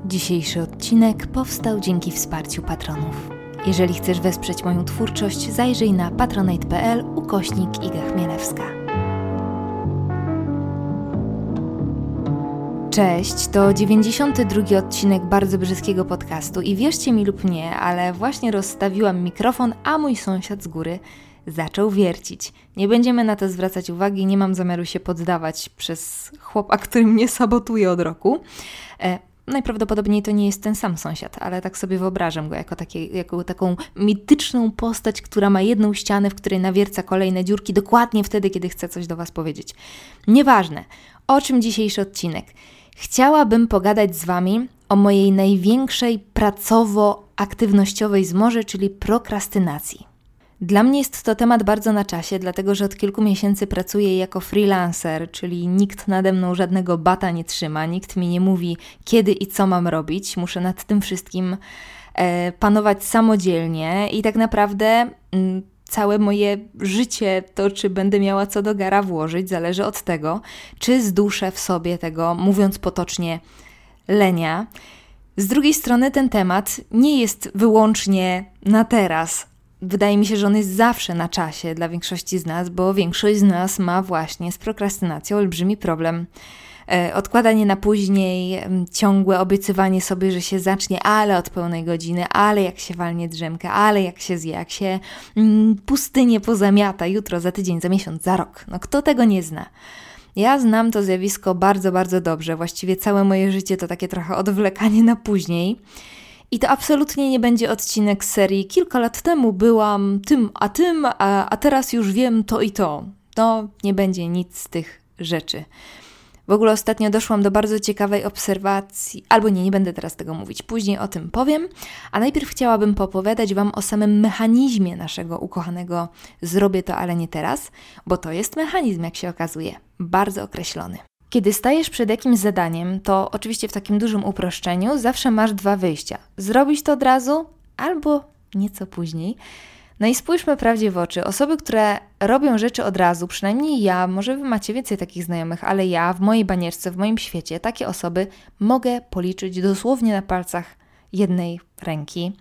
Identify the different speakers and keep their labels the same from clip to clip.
Speaker 1: Dzisiejszy odcinek powstał dzięki wsparciu patronów. Jeżeli chcesz wesprzeć moją twórczość, zajrzyj na patronite.pl/Iga Chmielewska. Cześć, to 92 odcinek bardzo brzydkiego podcastu i wierzcie mi lub nie, ale właśnie rozstawiłam mikrofon, a mój sąsiad z góry zaczął wiercić. Nie będziemy na to zwracać uwagi, nie mam zamiaru się poddawać przez chłopa, który mnie sabotuje od roku. Najprawdopodobniej to nie jest ten sam sąsiad, ale tak sobie wyobrażam go jako taką mityczną postać, która ma jedną ścianę, w której nawierca kolejne dziurki dokładnie wtedy, kiedy chce coś do Was powiedzieć. Nieważne, o czym dzisiejszy odcinek. Chciałabym pogadać z Wami o mojej największej pracowo-aktywnościowej zmorze, czyli prokrastynacji. Dla mnie jest to temat bardzo na czasie, dlatego że od kilku miesięcy pracuję jako freelancer, czyli nikt nade mną żadnego bata nie trzyma, nikt mi nie mówi, kiedy i co mam robić. Muszę nad tym wszystkim panować samodzielnie i tak naprawdę całe moje życie, to czy będę miała co do gara włożyć, zależy od tego, czy zduszę w sobie tego, mówiąc potocznie, lenia. Z drugiej strony ten temat nie jest wyłącznie na teraz. Wydaje mi się, że on jest zawsze na czasie dla większości z nas, bo większość z nas ma właśnie z prokrastynacją olbrzymi problem. Odkładanie na później, ciągłe obiecywanie sobie, że się zacznie, ale od pełnej godziny, ale jak się walnie drzemkę, ale jak się zje, jak się pustynię pozamiata, jutro, za tydzień, za miesiąc, za rok. No kto tego nie zna? Ja znam to zjawisko bardzo, bardzo dobrze. Właściwie całe moje życie to takie trochę odwlekanie na później. I to absolutnie nie będzie odcinek z serii kilka lat temu byłam tym, a teraz już wiem to i to. To nie będzie nic z tych rzeczy. W ogóle ostatnio doszłam do bardzo ciekawej obserwacji, albo nie będę teraz tego mówić, później o tym powiem, a najpierw chciałabym poopowiadać Wam o samym mechanizmie naszego ukochanego zrobię to, ale nie teraz, bo to jest mechanizm, jak się okazuje, bardzo określony. Kiedy stajesz przed jakimś zadaniem, to oczywiście w takim dużym uproszczeniu zawsze masz dwa wyjścia. Zrobić to od razu albo nieco później. No i spójrzmy prawdzie w oczy. Osoby, które robią rzeczy od razu, przynajmniej ja, może Wy macie więcej takich znajomych, ale ja w mojej banierce, w moim świecie, takie osoby mogę policzyć dosłownie na palcach jednej ręki.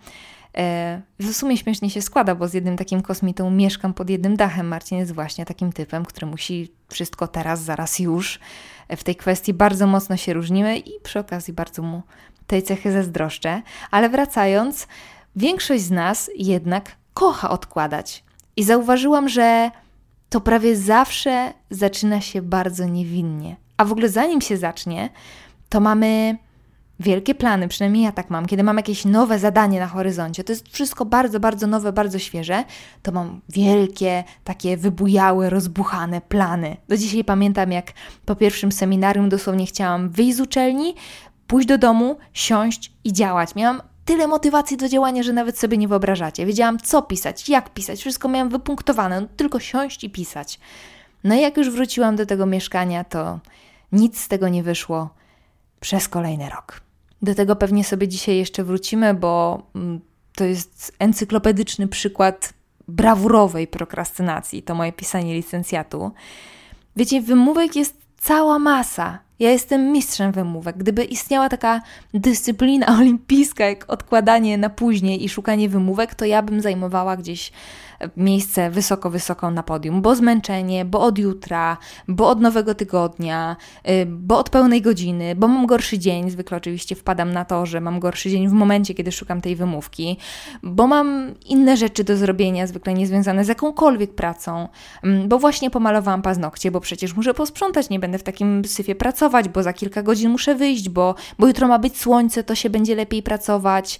Speaker 1: W sumie śmiesznie się składa, bo z jednym takim kosmitą mieszkam pod jednym dachem. Marcin jest właśnie takim typem, który musi wszystko teraz, zaraz, już. W tej kwestii bardzo mocno się różnimy i przy okazji bardzo mu tej cechy zazdroszczę. Ale wracając, większość z nas jednak kocha odkładać. I zauważyłam, że to prawie zawsze zaczyna się bardzo niewinnie. A w ogóle zanim się zacznie, to mamy wielkie plany, przynajmniej ja tak mam. Kiedy mam jakieś nowe zadanie na horyzoncie, to jest wszystko bardzo, bardzo nowe, bardzo świeże, to mam wielkie, takie wybujałe, rozbuchane plany. Do dzisiaj pamiętam, jak po pierwszym seminarium dosłownie chciałam wyjść z uczelni, pójść do domu, siąść i działać. Miałam tyle motywacji do działania, że nawet sobie nie wyobrażacie. Wiedziałam, co pisać, jak pisać, wszystko miałam wypunktowane, no, tylko siąść i pisać. No i jak już wróciłam do tego mieszkania, to nic z tego nie wyszło przez kolejny rok. Do tego pewnie sobie dzisiaj jeszcze wrócimy, bo to jest encyklopedyczny przykład brawurowej prokrastynacji, to moje pisanie licencjatu. Wiecie, wymówek jest cała masa. Ja jestem mistrzem wymówek. Gdyby istniała taka dyscyplina olimpijska jak odkładanie na później i szukanie wymówek, to ja bym zajmowała gdzieś miejsce wysoko, wysoko na podium, bo zmęczenie, bo od jutra, bo od nowego tygodnia, bo od pełnej godziny, bo mam gorszy dzień, zwykle oczywiście wpadam na to, że mam gorszy dzień w momencie, kiedy szukam tej wymówki, bo mam inne rzeczy do zrobienia, zwykle niezwiązane z jakąkolwiek pracą, bo właśnie pomalowałam paznokcie, bo przecież muszę posprzątać, nie będę w takim syfie pracować, bo za kilka godzin muszę wyjść, bo jutro ma być słońce, to się będzie lepiej pracować,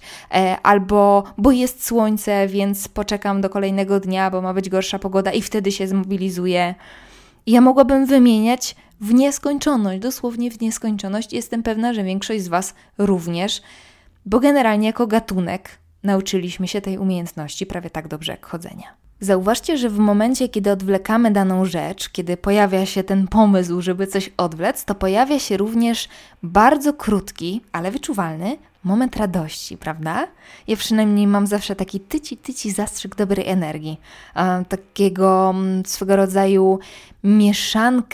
Speaker 1: albo bo jest słońce, więc poczekam do kolejnego dnia, bo ma być gorsza pogoda i wtedy się zmobilizuję. Ja mogłabym wymieniać w nieskończoność, dosłownie w nieskończoność. Jestem pewna, że większość z Was również, bo generalnie jako gatunek nauczyliśmy się tej umiejętności prawie tak dobrze jak chodzenia. Zauważcie, że w momencie, kiedy odwlekamy daną rzecz, kiedy pojawia się ten pomysł, żeby coś odwlec, to pojawia się również bardzo krótki, ale wyczuwalny moment radości, prawda? Ja przynajmniej mam zawsze taki tyci zastrzyk dobrej energii. Takiego swego rodzaju mieszankę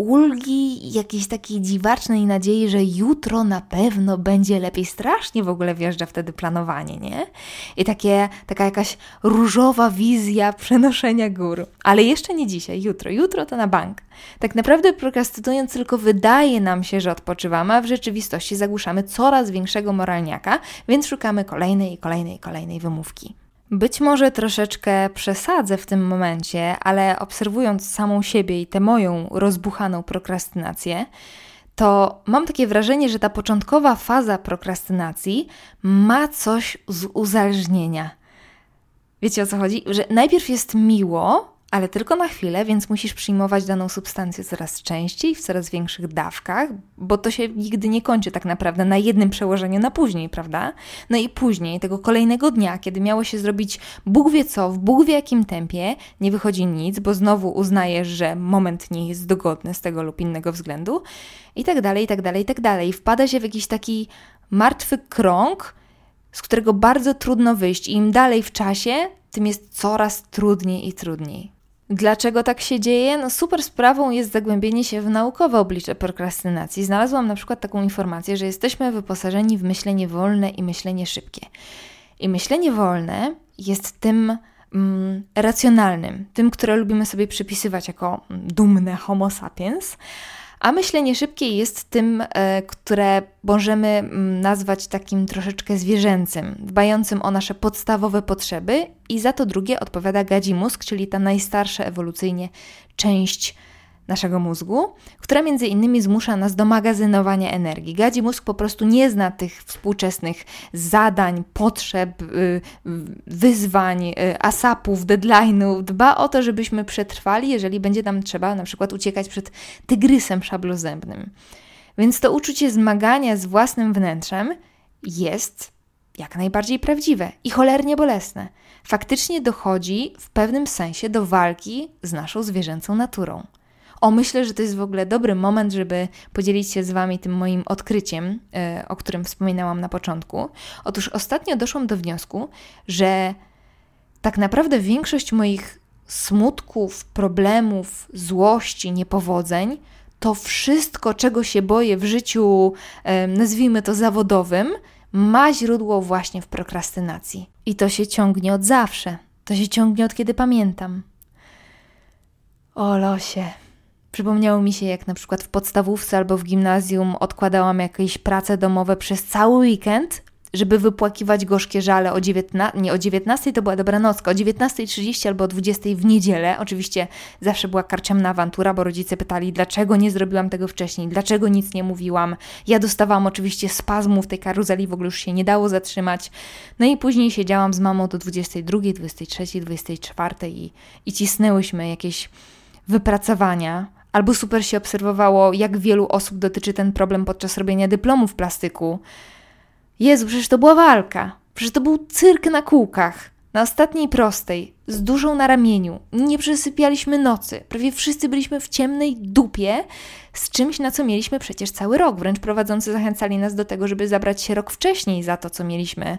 Speaker 1: ulgi, jakiejś takiej dziwacznej nadziei, że jutro na pewno będzie lepiej. Strasznie w ogóle wjeżdża wtedy planowanie, nie? I taka jakaś różowa wizja przenoszenia gór. Ale jeszcze nie dzisiaj, jutro. Jutro to na bank. Tak naprawdę prokrastynując tylko wydaje nam się, że odpoczywamy, a w rzeczywistości zagłuszamy coraz większego moralniaka, więc szukamy kolejnej wymówki. Być może troszeczkę przesadzę w tym momencie, ale obserwując samą siebie i tę moją rozbuchaną prokrastynację, to mam takie wrażenie, że ta początkowa faza prokrastynacji ma coś z uzależnienia. Wiecie, o co chodzi? Że najpierw jest miło, ale tylko na chwilę, więc musisz przyjmować daną substancję coraz częściej, w coraz większych dawkach, bo to się nigdy nie kończy tak naprawdę na jednym przełożeniu na później, prawda? No i później, tego kolejnego dnia, kiedy miało się zrobić Bóg wie co, w Bóg wie jakim tempie, nie wychodzi nic, bo znowu uznajesz, że moment nie jest dogodny z tego lub innego względu i tak dalej. I wpada się w jakiś taki martwy krąg, z którego bardzo trudno wyjść i im dalej w czasie, tym jest coraz trudniej i trudniej. Dlaczego tak się dzieje? No super sprawą jest zagłębienie się w naukowe oblicze prokrastynacji. Znalazłam na przykład taką informację, że jesteśmy wyposażeni w myślenie wolne i myślenie szybkie. I myślenie wolne jest tym racjonalnym, tym, które lubimy sobie przypisywać jako dumne homo sapiens, a myślenie szybkie jest tym, które możemy nazwać takim troszeczkę zwierzęcym, dbającym o nasze podstawowe potrzeby i za to drugie odpowiada gadzi mózg, czyli ta najstarsza ewolucyjnie część naszego mózgu, która między innymi zmusza nas do magazynowania energii. Gadzi mózg po prostu nie zna tych współczesnych zadań, potrzeb, wyzwań, asapów, deadline'ów. Dba o to, żebyśmy przetrwali, jeżeli będzie nam trzeba na przykład uciekać przed tygrysem szablozębnym. Więc to uczucie zmagania z własnym wnętrzem jest jak najbardziej prawdziwe i cholernie bolesne. Faktycznie dochodzi w pewnym sensie do walki z naszą zwierzęcą naturą. Myślę, że to jest w ogóle dobry moment, żeby podzielić się z Wami tym moim odkryciem, o którym wspominałam na początku. Otóż ostatnio doszłam do wniosku, że tak naprawdę większość moich smutków, problemów, złości, niepowodzeń, to wszystko, czego się boję w życiu, nazwijmy to zawodowym, ma źródło właśnie w prokrastynacji. I to się ciągnie od zawsze. To się ciągnie od kiedy pamiętam. O losie. Przypomniało mi się, jak na przykład w podstawówce albo w gimnazjum odkładałam jakieś prace domowe przez cały weekend, żeby wypłakiwać gorzkie żale o 19 to była dobranocka, o 19:30 albo o 20 w niedzielę. Oczywiście zawsze była karciamna awantura, bo rodzice pytali, dlaczego nie zrobiłam tego wcześniej, dlaczego nic nie mówiłam. Ja dostawałam oczywiście spazmów, tej karuzeli w ogóle już się nie dało zatrzymać. No i później siedziałam z mamą do 22, 23, 24 i cisnęłyśmy jakieś wypracowania. Albo super się obserwowało, jak wielu osób dotyczy ten problem podczas robienia dyplomu w plastyku. Jezu, przecież to była walka. Przecież to był cyrk na kółkach. Na ostatniej prostej, z duszą na ramieniu. Nie przesypialiśmy nocy. Prawie wszyscy byliśmy w ciemnej dupie z czymś, na co mieliśmy przecież cały rok. Wręcz prowadzący zachęcali nas do tego, żeby zabrać się rok wcześniej za to, co mieliśmy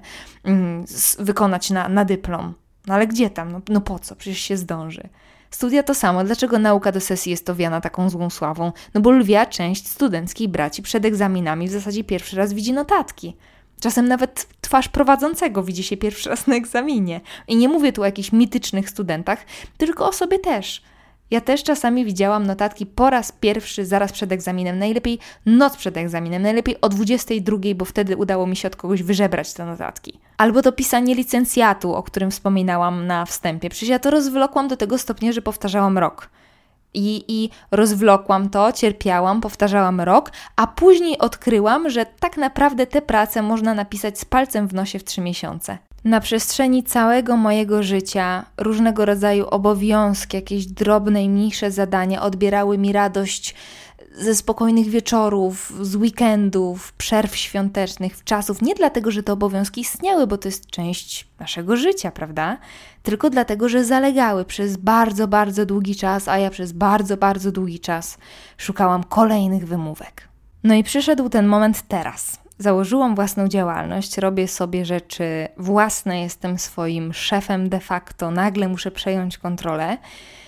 Speaker 1: wykonać na dyplom. No ale gdzie tam? No po co? Przecież się zdąży. Studia to samo. Dlaczego nauka do sesji jest owiana taką złą sławą? No bo lwia część studenckiej braci przed egzaminami w zasadzie pierwszy raz widzi notatki. Czasem nawet twarz prowadzącego widzi się pierwszy raz na egzaminie. I nie mówię tu o jakichś mitycznych studentach, tylko o sobie też. Ja też czasami widziałam notatki po raz pierwszy zaraz przed egzaminem, najlepiej noc przed egzaminem, najlepiej o 22, bo wtedy udało mi się od kogoś wyżebrać te notatki. Albo to pisanie licencjatu, o którym wspominałam na wstępie. Przecież ja to rozwlokłam do tego stopnia, że powtarzałam rok. I rozwlokłam to, cierpiałam, powtarzałam rok, a później odkryłam, że tak naprawdę tę pracę można napisać z palcem w nosie w 3 miesiące. Na przestrzeni całego mojego życia różnego rodzaju obowiązki, jakieś drobne i mniejsze zadania odbierały mi radość ze spokojnych wieczorów, z weekendów, przerw świątecznych, czasów. Nie dlatego, że te obowiązki istniały, bo to jest część naszego życia, prawda? Tylko dlatego, że zalegały przez bardzo, bardzo długi czas, a ja przez bardzo, bardzo długi czas szukałam kolejnych wymówek. No i przyszedł ten moment teraz. Założyłam własną działalność, robię sobie rzeczy własne, jestem swoim szefem de facto, nagle muszę przejąć kontrolę.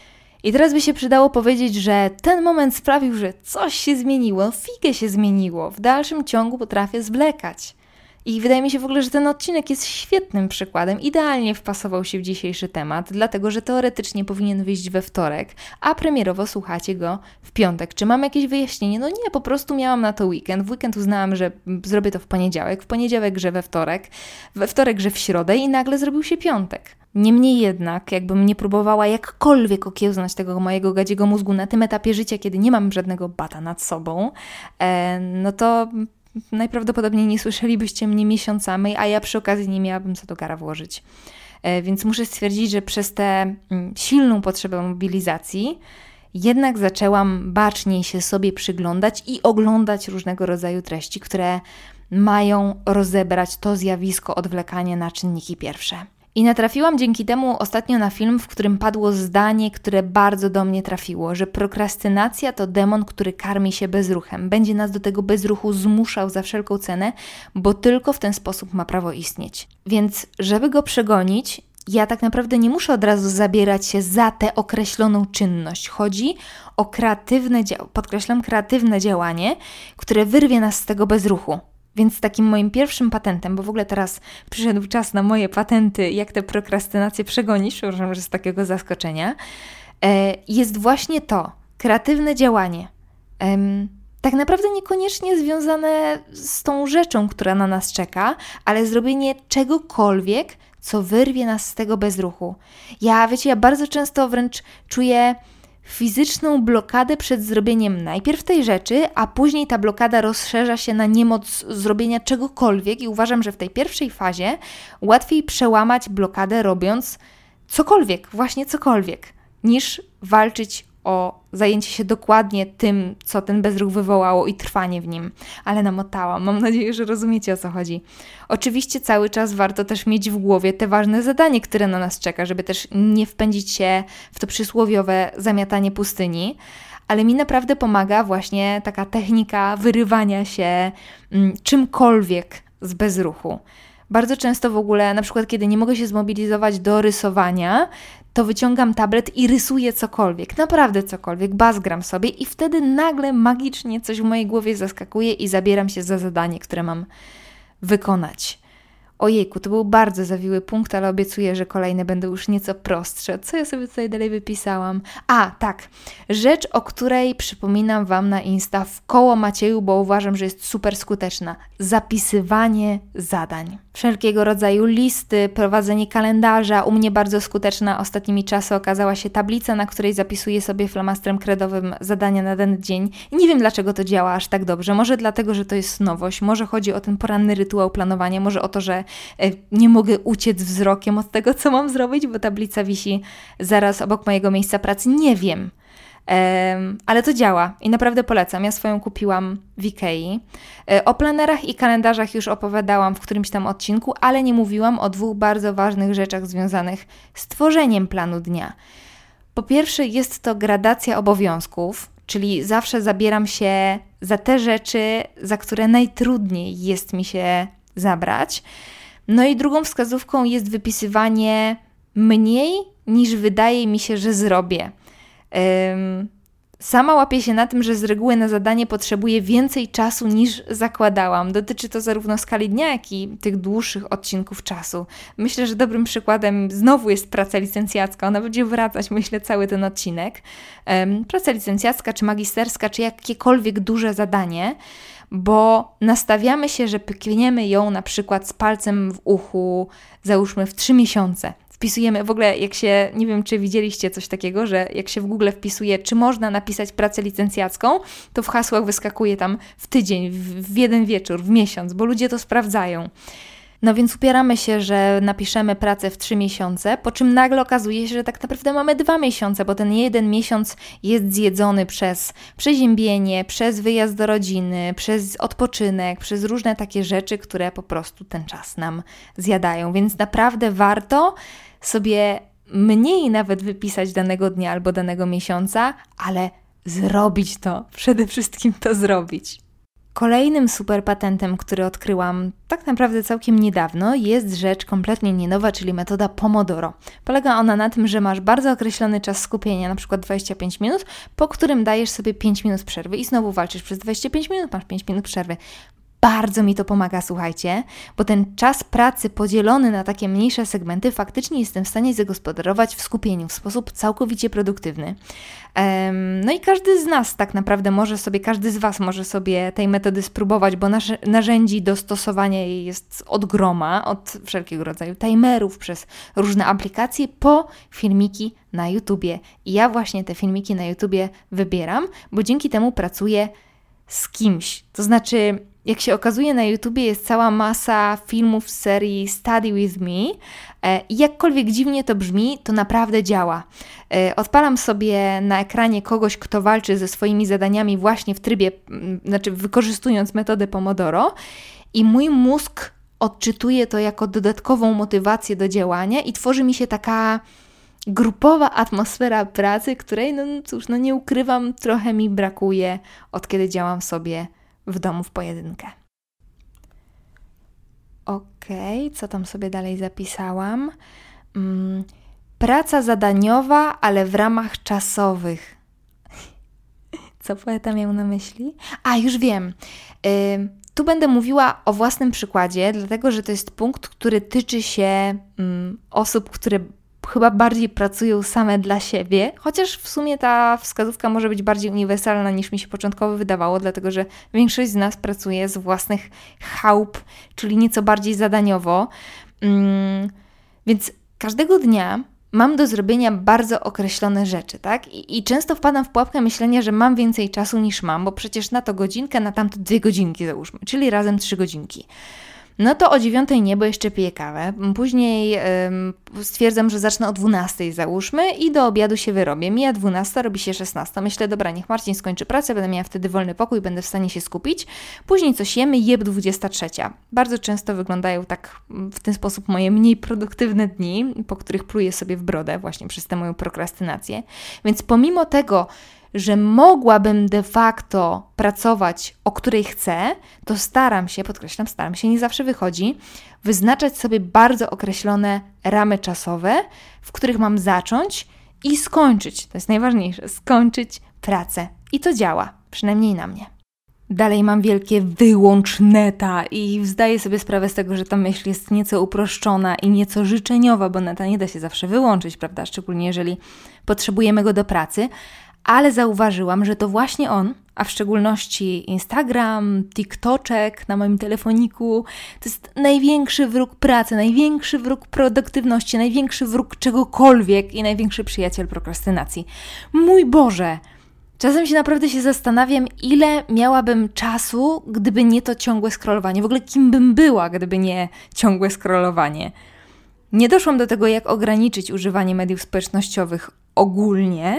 Speaker 1: I teraz by się przydało powiedzieć, że ten moment sprawił, że coś się zmieniło, figę się zmieniło. W dalszym ciągu potrafię zwlekać. I wydaje mi się w ogóle, że ten odcinek jest świetnym przykładem, idealnie wpasował się w dzisiejszy temat, dlatego że teoretycznie powinien wyjść we wtorek, a premierowo słuchacie go w piątek. Czy mam jakieś wyjaśnienie? No nie, po prostu miałam na to weekend. W weekend uznałam, że zrobię to w poniedziałek, że we wtorek, że w środę i nagle zrobił się piątek. Niemniej jednak, jakbym nie próbowała jakkolwiek okiełznać tego mojego gadziego mózgu na tym etapie życia, kiedy nie mam żadnego bata nad sobą, no to najprawdopodobniej nie słyszelibyście mnie miesiącami, a ja przy okazji nie miałabym co do gara włożyć. Więc muszę stwierdzić, że przez tę silną potrzebę mobilizacji jednak zaczęłam baczniej się sobie przyglądać i oglądać różnego rodzaju treści, które mają rozebrać to zjawisko odwlekania na czynniki pierwsze. I natrafiłam dzięki temu ostatnio na film, w którym padło zdanie, które bardzo do mnie trafiło, że prokrastynacja to demon, który karmi się bezruchem. Będzie nas do tego bezruchu zmuszał za wszelką cenę, bo tylko w ten sposób ma prawo istnieć. Więc żeby go przegonić, ja tak naprawdę nie muszę od razu zabierać się za tę określoną czynność. Chodzi o kreatywne działanie, które wyrwie nas z tego bezruchu. Więc takim moim pierwszym patentem, bo w ogóle teraz przyszedł czas na moje patenty, jak tę prokrastynację przegonić, przepraszam, że z takiego zaskoczenia, jest właśnie to, kreatywne działanie. Tak naprawdę niekoniecznie związane z tą rzeczą, która na nas czeka, ale zrobienie czegokolwiek, co wyrwie nas z tego bezruchu. Ja bardzo często wręcz czuję fizyczną blokadę przed zrobieniem najpierw tej rzeczy, a później ta blokada rozszerza się na niemoc zrobienia czegokolwiek i uważam, że w tej pierwszej fazie łatwiej przełamać blokadę robiąc właśnie cokolwiek, niż walczyć o zajęcie się dokładnie tym, co ten bezruch wywołało i trwanie w nim. Ale namotałam. Mam nadzieję, że rozumiecie, o co chodzi. Oczywiście cały czas warto też mieć w głowie te ważne zadanie, które na nas czeka, żeby też nie wpędzić się w to przysłowiowe zamiatanie pustyni, ale mi naprawdę pomaga właśnie taka technika wyrywania się czymkolwiek z bezruchu. Bardzo często w ogóle, na przykład kiedy nie mogę się zmobilizować do rysowania, to wyciągam tablet i rysuję cokolwiek, naprawdę cokolwiek, bazgram sobie i wtedy nagle magicznie coś w mojej głowie zaskakuje i zabieram się za zadanie, które mam wykonać. Ojejku, to był bardzo zawiły punkt, ale obiecuję, że kolejne będą już nieco prostsze. Co ja sobie tutaj dalej wypisałam? Tak. Rzecz, o której przypominam Wam na Insta w koło Macieju, bo uważam, że jest super skuteczna. Zapisywanie zadań. Wszelkiego rodzaju listy, prowadzenie kalendarza. U mnie bardzo skuteczna ostatnimi czasy okazała się tablica, na której zapisuję sobie flamastrem kredowym zadania na dany dzień. I nie wiem, dlaczego to działa aż tak dobrze. Może dlatego, że to jest nowość. Może chodzi o ten poranny rytuał planowania. Może o to, że nie mogę uciec wzrokiem od tego, co mam zrobić, bo tablica wisi zaraz obok mojego miejsca pracy. Nie wiem. Ale to działa i naprawdę polecam. Ja swoją kupiłam w Ikei. O planerach i kalendarzach już opowiadałam w którymś tam odcinku, ale nie mówiłam o 2 bardzo ważnych rzeczach związanych z tworzeniem planu dnia. Po pierwsze jest to gradacja obowiązków, czyli zawsze zabieram się za te rzeczy, za które najtrudniej jest mi się zabrać. No i drugą wskazówką jest wypisywanie mniej niż wydaje mi się, że zrobię. Sama łapię się na tym, że z reguły na zadanie potrzebuję więcej czasu niż zakładałam. Dotyczy to zarówno skali dnia, jak i tych dłuższych odcinków czasu. Myślę, że dobrym przykładem znowu jest praca licencjacka. Ona będzie wracać, myślę, cały ten odcinek. Praca licencjacka, czy magisterska, czy jakiekolwiek duże zadanie, bo nastawiamy się, że pykniemy ją na przykład z palcem w uchu, załóżmy w 3 miesiące. Wpisujemy, w ogóle jak się, nie wiem czy widzieliście coś takiego, że jak się w Google wpisuje, czy można napisać pracę licencjacką, to w hasłach wyskakuje tam w tydzień, w jeden wieczór, w miesiąc, bo ludzie to sprawdzają. No więc upieramy się, że napiszemy pracę w 3 miesiące, po czym nagle okazuje się, że tak naprawdę mamy 2 miesiące, bo ten jeden miesiąc jest zjedzony przez przeziębienie, przez wyjazd do rodziny, przez odpoczynek, przez różne takie rzeczy, które po prostu ten czas nam zjadają. Więc naprawdę warto sobie mniej nawet wypisać danego dnia albo danego miesiąca, ale zrobić to, przede wszystkim to zrobić. Kolejnym super patentem, który odkryłam tak naprawdę całkiem niedawno, jest rzecz kompletnie nie nowa, czyli metoda Pomodoro. Polega ona na tym, że masz bardzo określony czas skupienia, na przykład 25 minut, po którym dajesz sobie 5 minut przerwy i znowu walczysz przez 25 minut, masz 5 minut przerwy. Bardzo mi to pomaga, słuchajcie, bo ten czas pracy podzielony na takie mniejsze segmenty faktycznie jestem w stanie zagospodarować w skupieniu w sposób całkowicie produktywny. No i każdy z nas tak naprawdę każdy z Was może sobie tej metody spróbować, bo narzędzi do stosowania jej jest od groma, od wszelkiego rodzaju timerów, przez różne aplikacje, po filmiki na YouTubie. I ja właśnie te filmiki na YouTubie wybieram, bo dzięki temu pracuję z kimś. To znaczy, jak się okazuje, na YouTubie jest cała masa filmów z serii Study With Me i jakkolwiek dziwnie to brzmi, to naprawdę działa. Odpalam sobie na ekranie kogoś, kto walczy ze swoimi zadaniami właśnie w trybie, wykorzystując metodę Pomodoro i mój mózg odczytuje to jako dodatkową motywację do działania i tworzy mi się taka grupowa atmosfera pracy, której, nie ukrywam, trochę mi brakuje, od kiedy działam sobie w domu w pojedynkę. Okej, co tam sobie dalej zapisałam? Praca zadaniowa, ale w ramach czasowych. Co poeta miał na myśli? Już wiem. Tu będę mówiła o własnym przykładzie, dlatego że to jest punkt, który tyczy się osób, które chyba bardziej pracują same dla siebie, chociaż w sumie ta wskazówka może być bardziej uniwersalna niż mi się początkowo wydawało, dlatego że większość z nas pracuje z własnych chałup, czyli nieco bardziej zadaniowo. Więc każdego dnia mam do zrobienia bardzo określone rzeczy, tak? I często wpadam w pułapkę myślenia, że mam więcej czasu niż mam, bo przecież na to godzinkę, na tamto 2 godzinki załóżmy, czyli razem 3 godzinki. No to o 9:00 nie, bo jeszcze piję kawę. Później stwierdzam, że zacznę o 12:00 załóżmy i do obiadu się wyrobię. Mija 12:00, robi się 16:00. Myślę, dobra, niech Marcin skończy pracę, będę miała wtedy wolny pokój, będę w stanie się skupić. Później coś jemy, jeb 23:00. Bardzo często wyglądają tak w ten sposób moje mniej produktywne dni, po których pluję sobie w brodę właśnie przez tę moją prokrastynację. Więc pomimo tego, że mogłabym de facto pracować, o której chcę, to staram się, podkreślam, nie zawsze wychodzi, wyznaczać sobie bardzo określone ramy czasowe, w których mam zacząć i skończyć. To jest najważniejsze, skończyć pracę. I to działa, przynajmniej na mnie. Dalej mam wielkie wyłącz neta i zdaję sobie sprawę z tego, że ta myśl jest nieco uproszczona i nieco życzeniowa, bo neta nie da się zawsze wyłączyć, prawda? Szczególnie jeżeli potrzebujemy go do pracy. Ale zauważyłam, że to właśnie on, a w szczególności Instagram, TikToczek na moim telefoniku, to jest największy wróg pracy, największy wróg produktywności, największy wróg czegokolwiek i największy przyjaciel prokrastynacji. Mój Boże! Czasem się naprawdę zastanawiam, ile miałabym czasu, gdyby nie to ciągłe scrollowanie. W ogóle kim bym była, gdyby nie ciągłe scrollowanie. Nie doszłam do tego, jak ograniczyć używanie mediów społecznościowych ogólnie,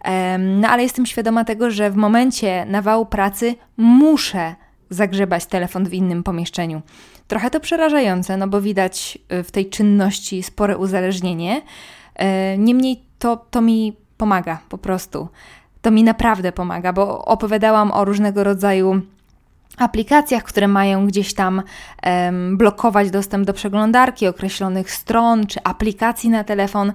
Speaker 1: ale jestem świadoma tego, że w momencie nawału pracy muszę zagrzebać telefon w innym pomieszczeniu. Trochę to przerażające, bo widać w tej czynności spore uzależnienie. Niemniej to mi pomaga po prostu. To mi naprawdę pomaga, bo opowiadałam o różnego rodzaju aplikacjach, które mają gdzieś tam blokować dostęp do przeglądarki określonych stron czy aplikacji na telefon,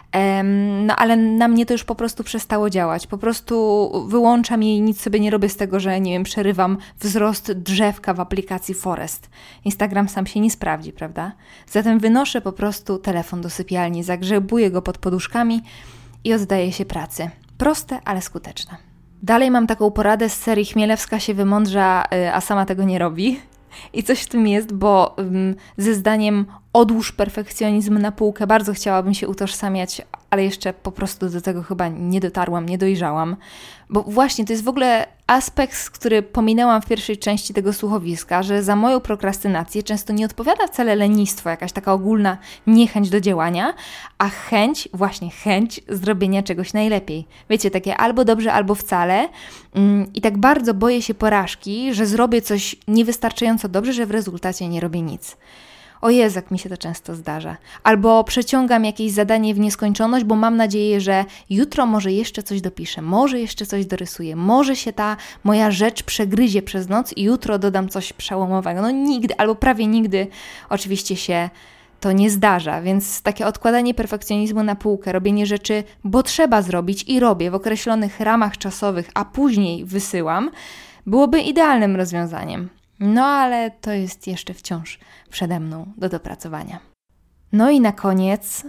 Speaker 1: ale na mnie to już po prostu przestało działać. Po prostu wyłączam je i nic sobie nie robię z tego, że przerywam wzrost drzewka w aplikacji Forest. Instagram sam się nie sprawdzi, prawda? Zatem wynoszę po prostu telefon do sypialni, zagrzebuję go pod poduszkami i oddaję się pracy. Proste, ale skuteczne. Dalej mam taką poradę z serii Chmielewska się wymądrza, a sama tego nie robi. I coś w tym jest, bo ze zdaniem odłóż perfekcjonizm na półkę bardzo chciałabym się utożsamiać, ale jeszcze po prostu do tego chyba nie dotarłam, nie dojrzałam. Bo właśnie to jest w ogóle aspekt, który pominęłam w pierwszej części tego słuchowiska, że za moją prokrastynację często nie odpowiada wcale lenistwo, jakaś taka ogólna niechęć do działania, a chęć zrobienia czegoś najlepiej. Wiecie, takie albo dobrze, albo wcale. I tak bardzo boję się porażki, że zrobię coś niewystarczająco dobrze, że w rezultacie nie robię nic. O Jezu, jak mi się to często zdarza. Albo przeciągam jakieś zadanie w nieskończoność, bo mam nadzieję, że jutro może jeszcze coś dopiszę, może jeszcze coś dorysuję, może się ta moja rzecz przegryzie przez noc i jutro dodam coś przełomowego. No nigdy, albo prawie nigdy oczywiście się to nie zdarza, więc takie odkładanie perfekcjonizmu na półkę, robienie rzeczy, bo trzeba zrobić i robię w określonych ramach czasowych, a później wysyłam, byłoby idealnym rozwiązaniem. No ale to jest jeszcze wciąż przede mną do dopracowania. No i na koniec,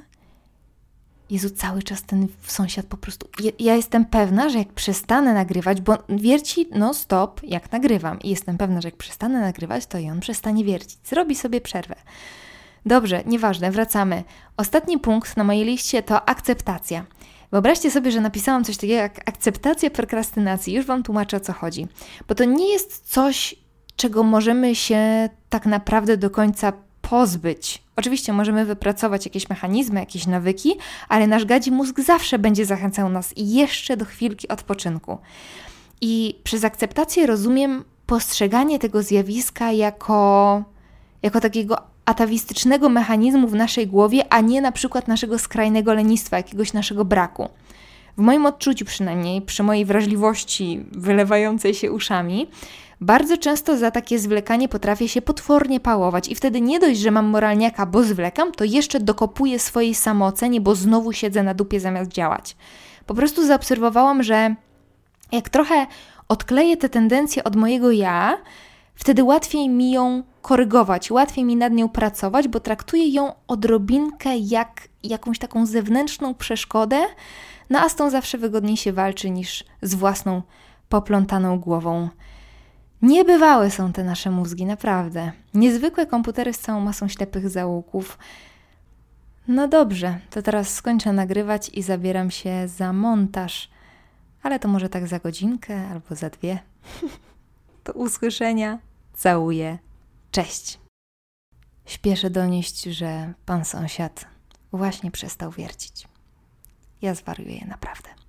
Speaker 1: Jezu, cały czas ten sąsiad po prostu, ja jestem pewna, że jak przestanę nagrywać, bo wierci non stop jak nagrywam i jestem pewna, że jak przestanę nagrywać, to i on przestanie wiercić, zrobi sobie przerwę. Dobrze, nieważne, wracamy. Ostatni punkt na mojej liście to akceptacja. Wyobraźcie sobie, że napisałam coś takiego jak akceptacja prokrastynacji. Już Wam tłumaczę, o co chodzi. Bo to nie jest coś, czego możemy się tak naprawdę do końca pozbyć. Oczywiście możemy wypracować jakieś mechanizmy, jakieś nawyki, ale nasz gadzi mózg zawsze będzie zachęcał nas jeszcze do chwilki odpoczynku. I przez akceptację rozumiem postrzeganie tego zjawiska jako takiego atawistycznego mechanizmu w naszej głowie, a nie na przykład naszego skrajnego lenistwa, jakiegoś naszego braku. W moim odczuciu przynajmniej, przy mojej wrażliwości wylewającej się uszami, bardzo często za takie zwlekanie potrafię się potwornie pałować i wtedy nie dość, że mam moralniaka, bo zwlekam, to jeszcze dokopuję swojej samoocenie, bo znowu siedzę na dupie zamiast działać. Po prostu zaobserwowałam, że jak trochę odkleję tę tendencję od mojego ja, wtedy łatwiej mi ją korygować, łatwiej mi nad nią pracować, bo traktuję ją odrobinkę jak jakąś taką zewnętrzną przeszkodę, no a z tą zawsze wygodniej się walczy niż z własną poplątaną głową. Niebywałe są te nasze mózgi, naprawdę. Niezwykłe komputery z całą masą ślepych zaułków. No dobrze, to teraz skończę nagrywać i zabieram się za montaż. Ale to może tak za godzinkę albo za 2. Do usłyszenia. Całuję. Cześć. Śpieszę donieść, że pan sąsiad właśnie przestał wiercić. Ja zwariuję naprawdę.